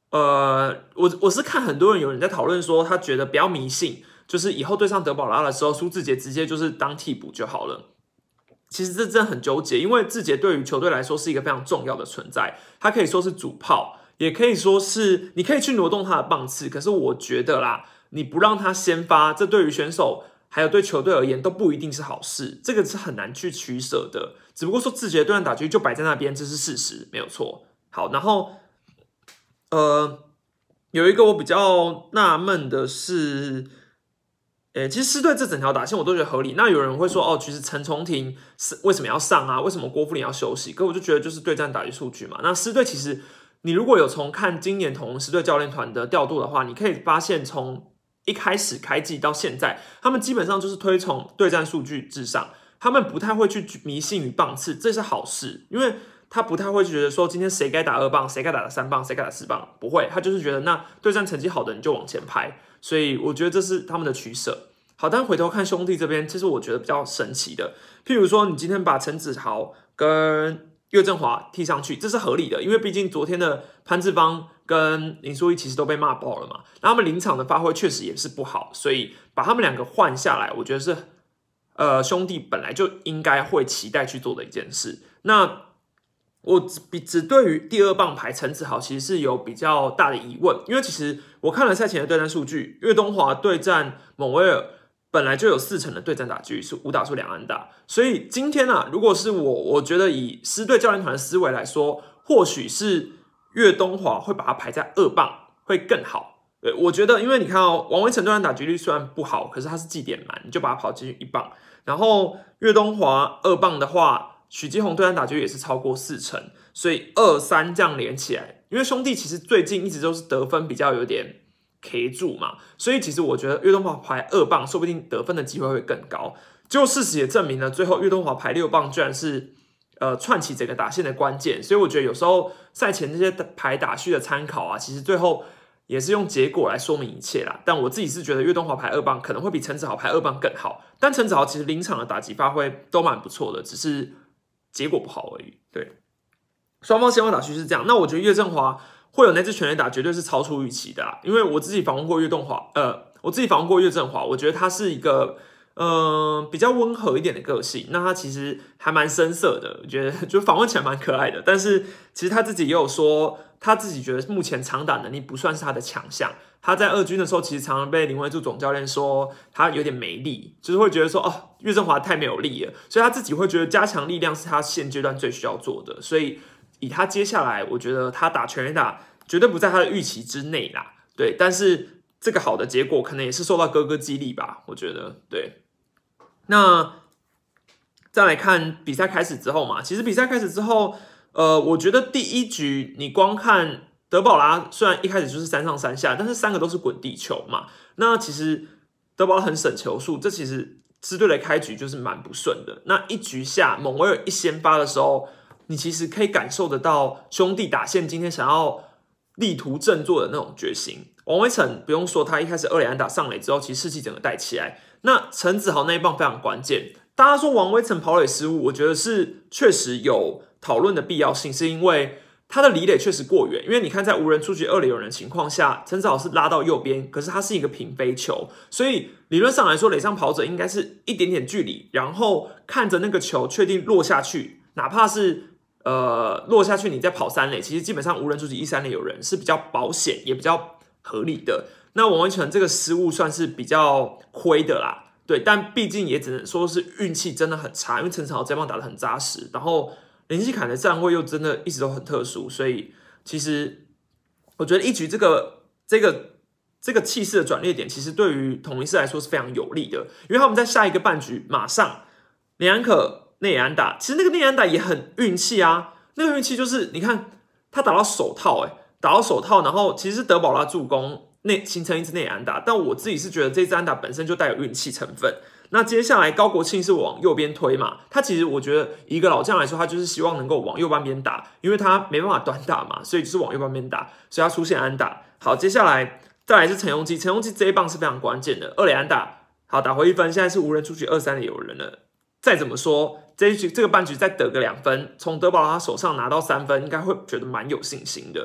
呃，我我是看很多人有人在讨论说，他觉得不要迷信，就是以后对上德保拉的时候，苏志杰直接就是当替补就好了。其实这真的很纠结，因为志杰对于球队来说是一个非常重要的存在，他可以说是主炮，也可以说是你可以去挪动他的棒次。可是我觉得啦，你不让他先发，这对于选手还有对球队而言都不一定是好事，这个是很难去取舍的。只不过说志杰的对战打击就摆在那边，这是事实，没有错。好，然后呃，有一个我比较纳闷的是。诶，其实狮队这整条打线我都觉得合理。那有人会说，哦，其实陈重廷是为什么要上啊？为什么郭富林要休息？可我就觉得就是对战打击数据嘛。那狮队其实你如果有从看今年同狮队教练团的调度的话，你可以发现从一开始开季到现在，他们基本上就是推崇对战数据至上，他们不太会去迷信于棒次，这是好事，因为他不太会觉得说今天谁该打二棒，谁该打三棒，谁该打四棒，不会，他就是觉得那对战成绩好的你就往前排。所以我觉得这是他们的取舍。好，但回头看兄弟这边，其实我觉得比较神奇的，譬如说你今天把陈子豪跟岳振华踢上去，这是合理的，因为毕竟昨天的潘志邦跟林书逸其实都被骂爆了嘛，那他们临场的发挥确实也是不好，所以把他们两个换下来，我觉得是呃兄弟本来就应该会期待去做的一件事。那我只只对于第二棒牌陈子豪其实是有比较大的疑问，因为其实我看了赛前的对战数据，岳东华对战蒙威尔本来就有四成的对战打击是五打数两安打，所以今天啊，如果是我，我觉得以狮队教练团的思维来说，或许是岳东华会把它排在二棒会更好。对，我觉得，因为你看哦，王威成对战打击率虽然不好，可是他是绩点满，你就把它跑进去一棒，然后岳东华二棒的话。许基宏对战打击率也是超过四成，所以二三这样连起来，因为兄弟其实最近一直都是得分比较有点 K 住嘛，所以其实我觉得岳东华排二棒，说不定得分的机会会更高。结果事实也证明了，最后岳东华排六棒居然是呃串起整个打线的关键，所以我觉得有时候赛前这些排打序的参考啊，其实最后也是用结果来说明一切啦。但我自己是觉得岳东华排二棒可能会比陈子豪排二棒更好，但陈子豪其实临场的打击发挥都蛮不错的，只是。结果不好而已，对，双方先发打序是这样。那我觉得岳振华会有那支全垒打，绝对是超出预期的啦。因为我自己访问过岳振华，呃，我自己访问过岳振华，我觉得他是一个呃比较温和一点的个性。那他其实还蛮深色的，我觉得就访问起来蛮可爱的。但是其实他自己也有说，他自己觉得目前长打能力不算是他的强项。他在二军的时候，其实常常被林威柱总教练说他有点没力，就是会觉得说哦，岳振华太没有力了，所以他自己会觉得加强力量是他现阶段最需要做的。所以以他接下来，我觉得他打全垒打绝对不在他的预期之内啦。对，但是这个好的结果可能也是受到哥哥激励吧，我觉得对。那再来看比赛开始之后嘛，其实比赛开始之后，呃，我觉得第一局你光看。德保拉虽然一开始就是三上三下，但是三个都是滚地球嘛。那其实德保拉很省球数，这其实狮队的开局就是蛮不顺的。那一局下，蒙威尔一先发的时候，你其实可以感受得到兄弟打线今天想要力图振作的那种决心。王威成不用说，他一开始二垒安打上垒之后，其实士气整个带起来。那陈子豪那一棒非常关键。大家说王威成跑垒失误，我觉得是确实有讨论的必要性，是因为。他的离垒确实过远，因为你看，在无人出局、二垒有人的情况下，陈子豪是拉到右边，可是他是一个平飞球，所以理论上来说，垒上跑者应该是一点点距离，然后看着那个球确定落下去，哪怕是呃落下去，你再跑三垒，其实基本上无人出局一三垒有人是比较保险，也比较合理的。那王威成这个失误算是比较亏的啦，对，但毕竟也只能说是运气真的很差，因为陈子豪这棒打得很扎实，然后。林继凯的站位又真的一直都很特殊，所以其实我觉得一局这个这个这个气势的转捩点，其实对于统一狮来说是非常有利的，因为他们在下一个半局马上林安可内野安打，其实那个内野安打也很运气啊，那个运气就是你看他打到手套、欸，哎，打到手套，然后其实是德保拉助攻内形成一支内野安打，但我自己是觉得这支安打本身就带有运气成分。那接下来高国庆是往右边推嘛？他其实我觉得以一个老将来说，他就是希望能够往右半边打，因为他没办法短打嘛，所以就是往右半边打，所以他出现安打。好，接下来再来是陈鏞基，陈鏞基这一棒是非常关键的，二垒安打，好打回一分，现在是无人出局，二三垒有人了。再怎么说，这一局这个半局再得个两分，从德保拉手上拿到三分，应该会觉得蛮有信心的。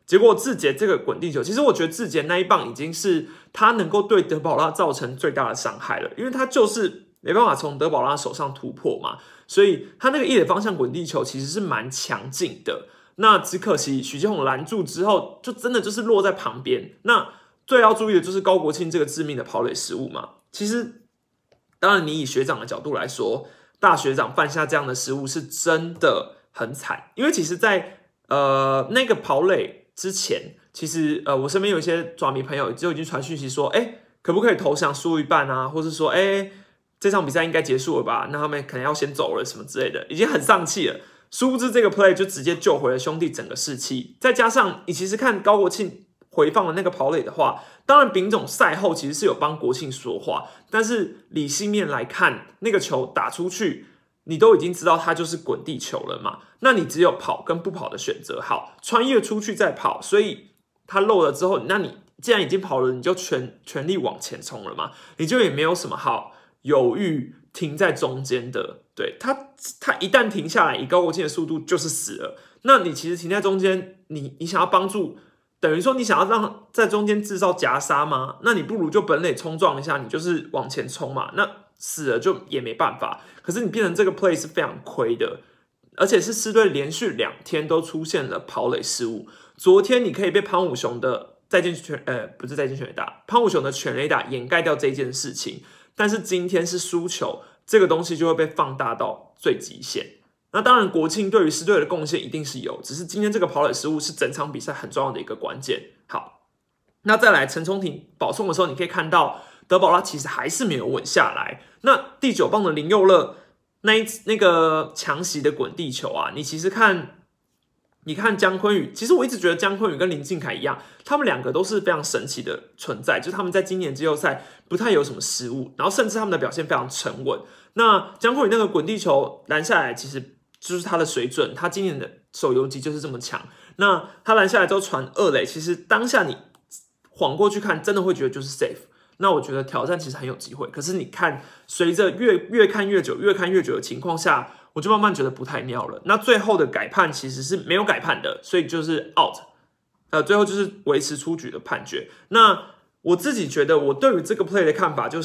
结果志杰这个滚地球，其实我觉得志杰那一棒已经是他能够对德保拉造成最大的伤害了，因为他就是没办法从德保拉手上突破嘛，所以他那个一垒方向滚地球其实是蛮强劲的。那只可惜许基宏拦住之后，就真的就是落在旁边。那最要注意的就是高国庆这个致命的跑垒失误嘛。其实，当然你以学长的角度来说，大学长犯下这样的失误是真的很惨，因为其实在，呃那个跑垒之前，其实呃我身边有一些爪迷朋友就已经传讯息说，哎，可不可以投降输一半啊，或是说，哎，这场比赛应该结束了吧？那他们可能要先走了什么之类的，已经很丧气了。殊不知这个 play 就直接救回了兄弟整个士气，再加上你其实看高国庆回放的那个跑垒的话，当然丙总赛后其实是有帮国庆说话，但是理性面来看，那个球打出去，你都已经知道它就是滚地球了嘛，那你只有跑跟不跑的选择，好，穿越出去再跑，所以他漏了之后，那你既然已经跑了，你就全全力往前冲了嘛，你就也没有什么好犹豫停在中间的。对他，他一旦停下来，以高国庆的速度就是死了。那你其实停在中间，你你想要帮助，等于说你想要让在中间制造夹杀吗？那你不如就本垒冲撞一下，你就是往前冲嘛。那死了就也没办法。可是你变成这个 play 是非常亏的，而且是狮队连续两天都出现了跑垒失误。昨天你可以被潘武雄的再见全呃不是再见全垒打，潘武雄的全垒打掩盖掉这件事情，但是今天是输球。这个东西就会被放大到最极限。那当然，国庆对于狮队的贡献一定是有，只是今天这个跑垒失误是整场比赛很重要的一个关键。好，那再来陈聪廷保送的时候，你可以看到德保拉其实还是没有稳下来。那第九棒的林佑乐那一那个强袭的滚地球啊，你其实看。你看姜昆宇，其实我一直觉得姜昆宇跟林靖凯一样，他们两个都是非常神奇的存在，就是他们在今年季后赛不太有什么失误，然后甚至他们的表现非常沉稳。那姜昆宇那个滚地球拦下来，其实就是他的水准，他今年的手游级就是这么强。那他拦下来之后传二垒，其实当下你晃过去看，真的会觉得就是 safe。那我觉得挑战其实很有机会，可是你看，随着越越看越久，越看越久的情况下，我就慢慢觉得不太妙了。那最后的改判其实是没有改判的，所以就是 out， 呃，最后就是维持出局的判决。那我自己觉得，我对于这个 play 的看法就是，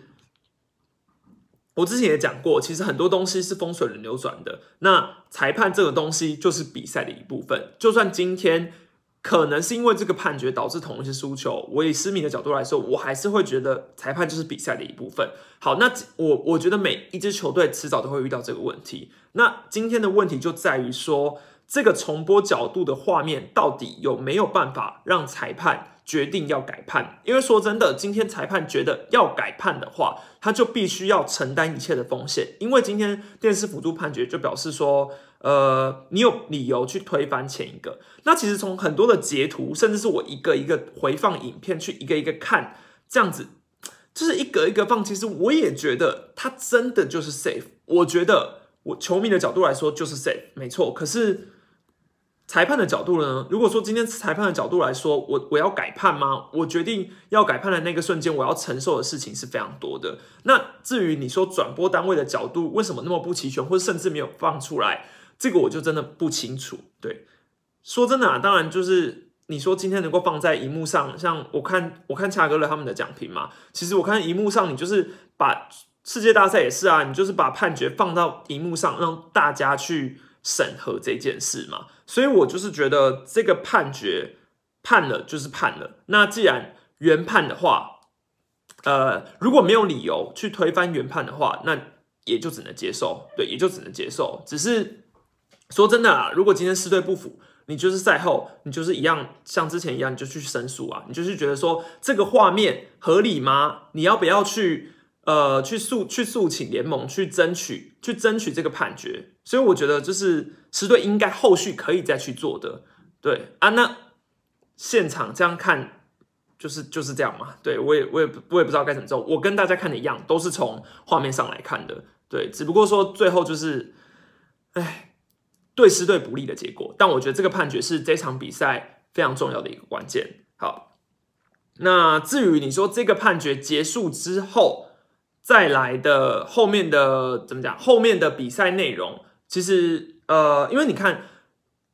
我之前也讲过，其实很多东西是风水轮流转的。那裁判这个东西就是比赛的一部分，就算今天。可能是因为这个判决导致同一次输球，我以狮迷的角度来说，我还是会觉得裁判就是比赛的一部分。好，那我我觉得每一支球队迟早都会遇到这个问题。那今天的问题就在于说，这个重播角度的画面到底有没有办法让裁判决定要改判？因为说真的，今天裁判觉得要改判的话，他就必须要承担一切的风险。因为今天电视辅助判决就表示说。呃，你有理由去推翻前一个。那其实从很多的截图，甚至是我一个一个回放影片去一个一个看，这样子就是一个一个放。其实我也觉得他真的就是 safe。我觉得我球迷的角度来说就是 safe， 没错。可是裁判的角度呢？如果说今天裁判的角度来说，我我要改判吗？我决定要改判的那个瞬间，我要承受的事情是非常多的。那至于你说转播单位的角度为什么那么不齐全，或者甚至没有放出来？这个我就真的不清楚。对，说真的啊，当然就是你说今天能够放在荧幕上，像我看我看恰格勒他们的讲评嘛，其实我看荧幕上，你就是把世界大赛也是啊，你就是把判决放到荧幕上，让大家去审核这件事嘛。所以我就是觉得这个判决判了就是判了。那既然原判的话，呃，如果没有理由去推翻原判的话，那也就只能接受，对，也就只能接受。只是。说真的啊，如果今天狮队不服，你就是赛后，你就是一样像之前一样，你就去申诉啊，你就是觉得说这个画面合理吗？你要不要去呃去诉去诉请联盟去争取去争取这个判决？所以我觉得就是狮队应该后续可以再去做的，对啊，那现场这样看就是就是这样嘛，对我也我也我也不知道该怎么做，我跟大家看的一样，都是从画面上来看的，对，只不过说最后就是，哎。对狮队不利的结果，但我觉得这个判决是这场比赛非常重要的一个关键。好，那至于你说这个判决结束之后再来的后面的怎么讲？后面的比赛内容，其实呃，因为你看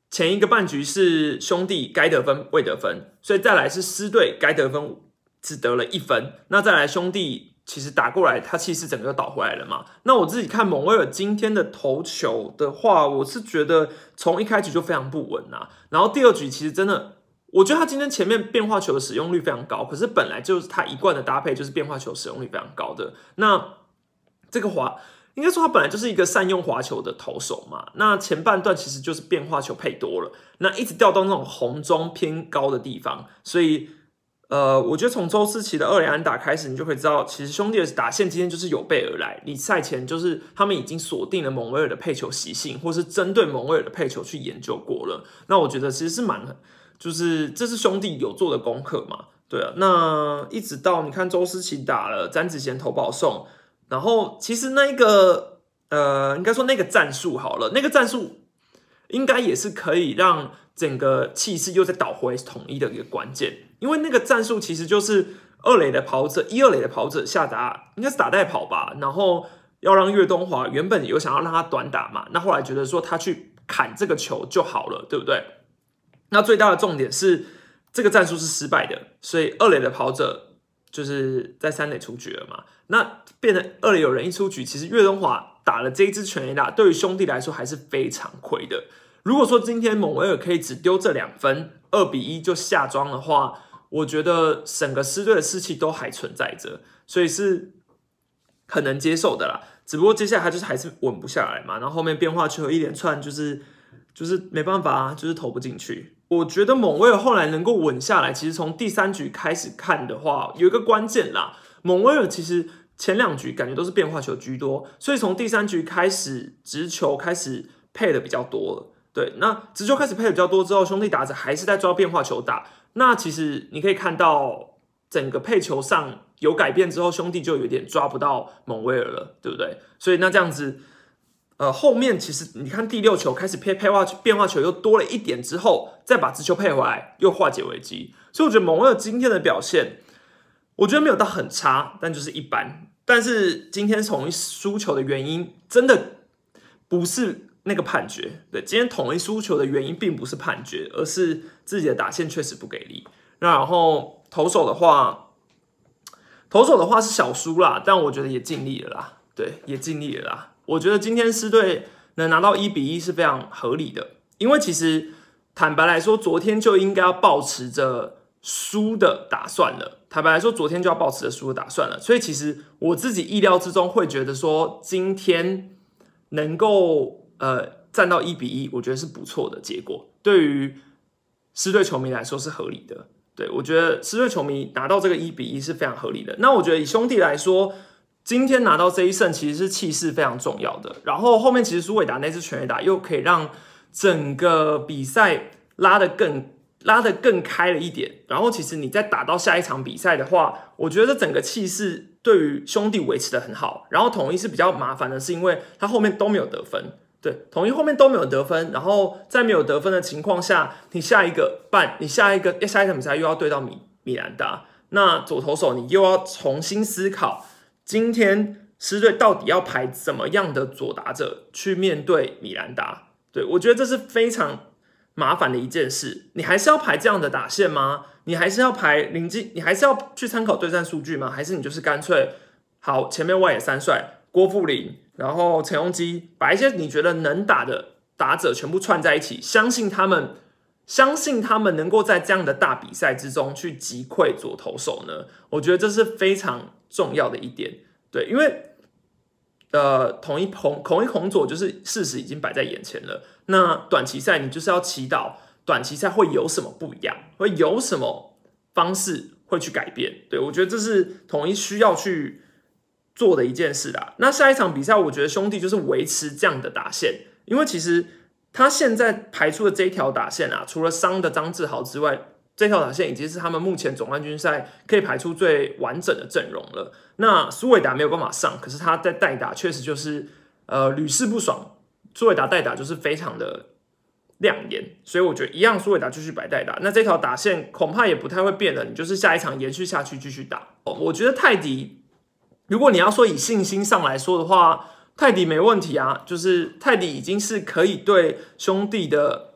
前一个半局是兄弟该得分未得分，所以再来是狮队该得分只得了一分，那再来兄弟其实打过来，他气势整个就倒回来了嘛。那我自己看蒙威尔今天的投球的话，我是觉得从一开局就非常不稳啊。然后第二局其实真的，我觉得他今天前面变化球的使用率非常高，可是本来就是他一贯的搭配就是变化球使用率非常高的。那这个滑应该说他本来就是一个善用滑球的投手嘛。那前半段其实就是变化球配多了，那一直掉到那种红中偏高的地方，所以。呃，我觉得从周思齐的二垒安打开始，你就可以知道，其实兄弟的打线今天就是有备而来。你赛前就是他们已经锁定了蒙威尔的配球习性，或是针对蒙威尔的配球去研究过了。那我觉得其实是蛮，就是这是兄弟有做的功课嘛。对啊，那一直到你看周思齐打了詹子贤投保送，然后其实那一个呃，应该说那个战术好了，那个战术应该也是可以让整个气势又再倒回统一的一个关键。因为那个战术其实就是二垒的跑者，一二垒的跑者下打应该是打带跑吧，然后要让岳东华原本有想要让他短打嘛，那后来觉得说他去砍这个球就好了，对不对？那最大的重点是这个战术是失败的，所以二垒的跑者就是在三垒出局了嘛，那变成二垒有人一出局，其实岳东华打了这一支全垒打，对于兄弟来说还是非常亏的。如果说今天蒙威尔可以只丢这两分，二比一就下庄的话，我觉得整个狮队的士气都还存在着，所以是很能接受的啦。只不过接下来他就是还是稳不下来嘛，然后后面变化球一连串就是就是没办法啊，就是投不进去。我觉得蒙威尔后来能够稳下来，其实从第三局开始看的话，有一个关键啦，蒙威尔其实前两局感觉都是变化球居多，所以从第三局开始直球开始配的比较多了。对，那直球开始配的比较多之后，兄弟打者还是在抓变化球打。那其实你可以看到整个配球上有改变之后，兄弟就有点抓不到蒙威尔了，对不对？所以那这样子，呃，后面其实你看第六球开始配配化变化球又多了一点之后，再把直球配回来，又化解危机。所以我觉得蒙威尔今天的表现，我觉得没有到很差，但就是一般。但是今天统一输球的原因，真的不是那个判决。对，今天统一输球的原因并不是判决，而是自己的打线确实不给力。那然后投手的话，投手的话是小输啦，但我觉得也尽力了啦。对，也尽力了啦。我觉得今天狮队能拿到一比一是非常合理的，因为其实坦白来说，昨天就应该要抱持着输的打算了。坦白来说，昨天就要抱持着输的打算了。所以其实我自己意料之中会觉得说，今天能够呃战到一比一，我觉得是不错的结果。对于狮队球迷来说是合理的。对，我觉得狮队球迷拿到这个一比一是非常合理的。那我觉得以兄弟来说，今天拿到这一胜其实是气势非常重要的。然后后面其实苏伟达那支全垒打又可以让整个比赛拉得更拉得更开了一点。然后其实你再打到下一场比赛的话，我觉得整个气势对于兄弟维持得很好。然后统一是比较麻烦的，是因为他后面都没有得分。对，统一后面都没有得分，然后在没有得分的情况下，你下一个半，你下一个下一场比赛又要对到米米兰达，那左投手你又要重新思考，今天狮队到底要排怎么样的左打者去面对米兰达？对，我觉得这是非常麻烦的一件事。你还是要排这样的打线吗？你还是要排林基，你还是要去参考对战数据吗？还是你就是干脆好前面外野三帅郭富林？然后陈鏞基把一些你觉得能打的打者全部串在一起，相信他们，相信他们能够在这样的大比赛之中去击溃左投手呢？我觉得这是非常重要的一点。对，因为呃，统一红统一红左就是事实已经摆在眼前了。那短期赛你就是要祈祷，短期赛会有什么不一样，会有什么方式会去改变。对，我觉得这是统一需要去做的一件事啦。那下一场比赛，我觉得兄弟就是维持这样的打线，因为其实他现在排出的这一条打线啊，除了伤的张志豪之外，这条打线已经是他们目前总冠军赛可以排出最完整的阵容了。那苏伟达没有办法上，可是他在代打确实就是呃屡试不爽，苏伟达代打就是非常的亮眼，所以我觉得一样苏伟达继续摆代打，那这条打线恐怕也不太会变了，你就是下一场延续下去继续打。我觉得泰迪，如果你要说以信心上来说的话，泰迪没问题啊，就是泰迪已经是可以对兄弟的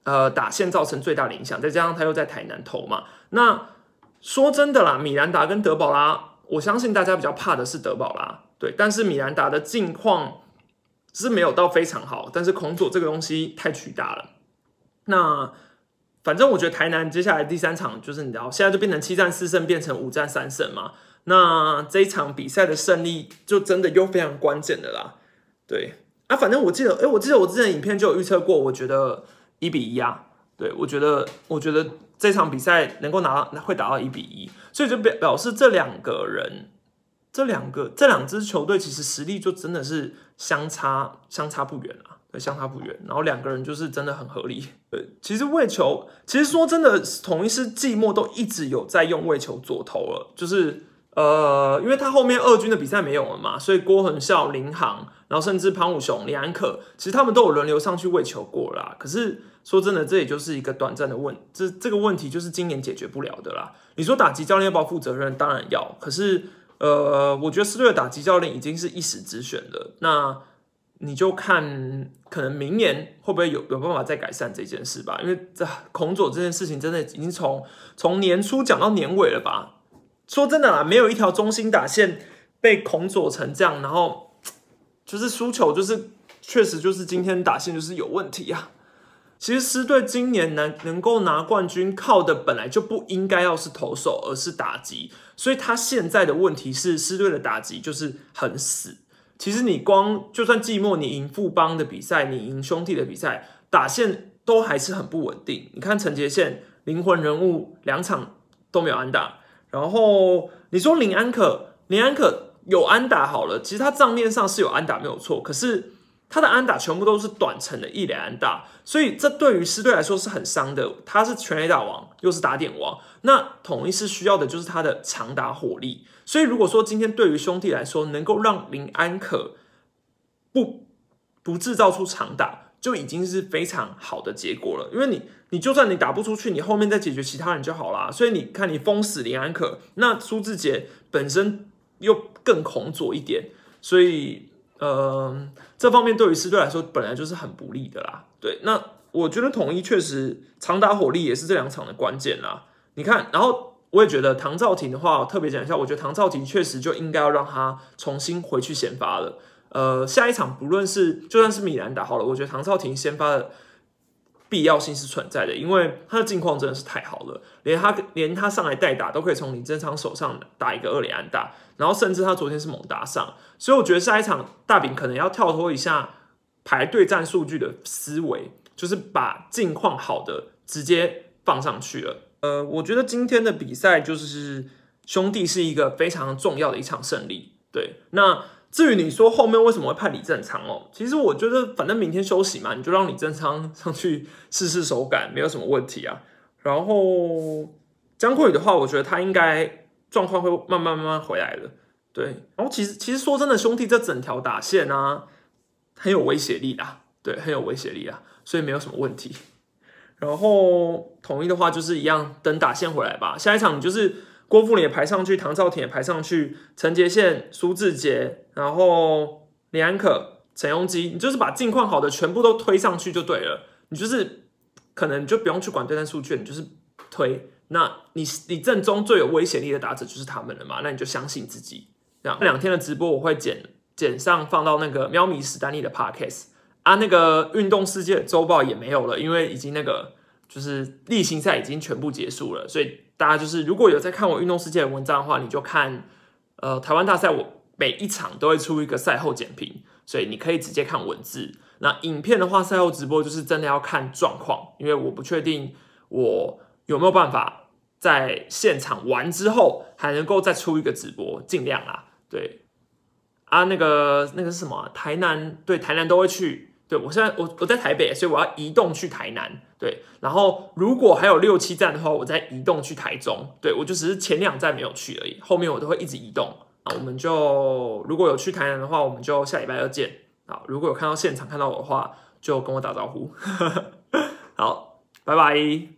呃打线造成最大的影响，再加上他又在台南投嘛。那说真的啦，米兰达跟德保拉，我相信大家比较怕的是德保拉，对，但是米兰达的近况是没有到非常好，但是孔佐这个东西太巨大了。那反正我觉得台南接下来第三场就是你知道，现在就变成七战四胜变成五战三胜嘛。那这一场比赛的胜利就真的又非常关键的啦。对啊，反正我记得，哎、欸，我记得我之前的影片就有预测过，我觉得一比一啊。对，我觉得，我觉得这场比赛能够拿到会打到一比一，所以就表表示这两个人，这两个这两支球队其实实力就真的是相差相差不远啊。对，相差不远，然后两个人就是真的很合理。对，其实卫球，其实说真的，统一狮季末都一直有在用卫球左投了，就是呃，因为他后面二军的比赛没有了嘛，所以郭恒孝、林航，然后甚至潘武雄、李安可，其实他们都有轮流上去卫球过啦。可是说真的，这也就是一个短暂的问，这这个问题就是今年解决不了的啦。你说打击教练要不要负责任？当然要，可是呃，我觉得狮队的打击教练已经是一时之选了。那你就看可能明年会不会有有办法再改善这件事吧，因为这孔佐这件事情真的已经从从年初讲到年尾了吧。说真的啦，没有一条中心打线被孔佐成这样，然后就是输球，就是确实就是今天打线就是有问题啊。其实狮队今年能能够拿冠军，靠的本来就不应该要是投手，而是打击。所以他现在的问题是狮队的打击就是很死。其实你光就算季末你赢富邦的比赛，你赢兄弟的比赛，打线都还是很不稳定。你看陈杰宪灵魂人物两场都没有安打，然后你说林安可，林安可有安打好了，其实他账面上是有安打没有错，可是他的安打全部都是短程的一垒安打，所以这对于狮队来说是很伤的。他是全垒打王，又是打点王，那统一是需要的就是他的长打火力。所以如果说今天对于兄弟来说，能够让林安可不不制造出长打，就已经是非常好的结果了。因为你你就算你打不出去，你后面再解决其他人就好啦。所以你看你封死林安可，那苏智杰本身又更恐左一点，所以呃这方面对于狮队来说本来就是很不利的啦。对，那我觉得统一确实长打火力也是这两场的关键啦。你看，然后。我也觉得唐肇廷的话，我特别讲一下，我觉得唐肇廷确实就应该要让他重新回去先发了。呃，下一场不论是就算是米兰打好了，我觉得唐肇廷先发的必要性是存在的，因为他的近况真的是太好了，连他连他上来代打都可以从林振昌手上打一个二垒安打，然后甚至他昨天是猛打上，所以我觉得下一场大饼可能要跳脱一下排对战数据的思维，就是把近况好的直接放上去了。呃，我觉得今天的比赛就是兄弟是一个非常重要的一场胜利。对，那至于你说后面为什么会派李正昌哦，其实我觉得反正明天休息嘛，你就让李正昌上去试试手感，没有什么问题啊。然后江坤宇的话，我觉得他应该状况会慢慢慢慢回来了。对，然后其实其实说真的，兄弟这整条打线啊，很有威胁力啦，对，很有威胁力啦，所以没有什么问题。然后统一的话就是一样，等打线回来吧。下一场你就是郭富林也排上去，唐肇廷也排上去，陈杰宪、苏智杰，然后林安可、陈庸基，你就是把近况好的全部都推上去就对了。你就是可能你就不用去管对战数据，你就是推。那你你阵中最有威胁力的打者就是他们了嘛？那你就相信自己。这样两天的直播我会剪剪上放到那个喵咪史丹利的 podcast。啊，那个运动世界周报也没有了，因为已经那个就是例行赛已经全部结束了，所以大家就是如果有在看我运动世界的文章的话，你就看呃台湾大赛，我每一场都会出一个赛后简评，所以你可以直接看文字。那影片的话，赛后直播就是真的要看状况，因为我不确定我有没有办法在现场完之后还能够再出一个直播，尽量啦，对。啊，那个那个是什么、啊？台南对台南都会去。对，我现在我我在台北，所以我要移动去台南。对，然后如果还有六七站的话，我再移动去台中。对，我就只是前两站没有去而已，后面我都会一直移动。啊，我们就如果有去台南的话，我们就下礼拜二见。好，如果有看到现场看到我的话，就跟我打招呼。好，拜拜。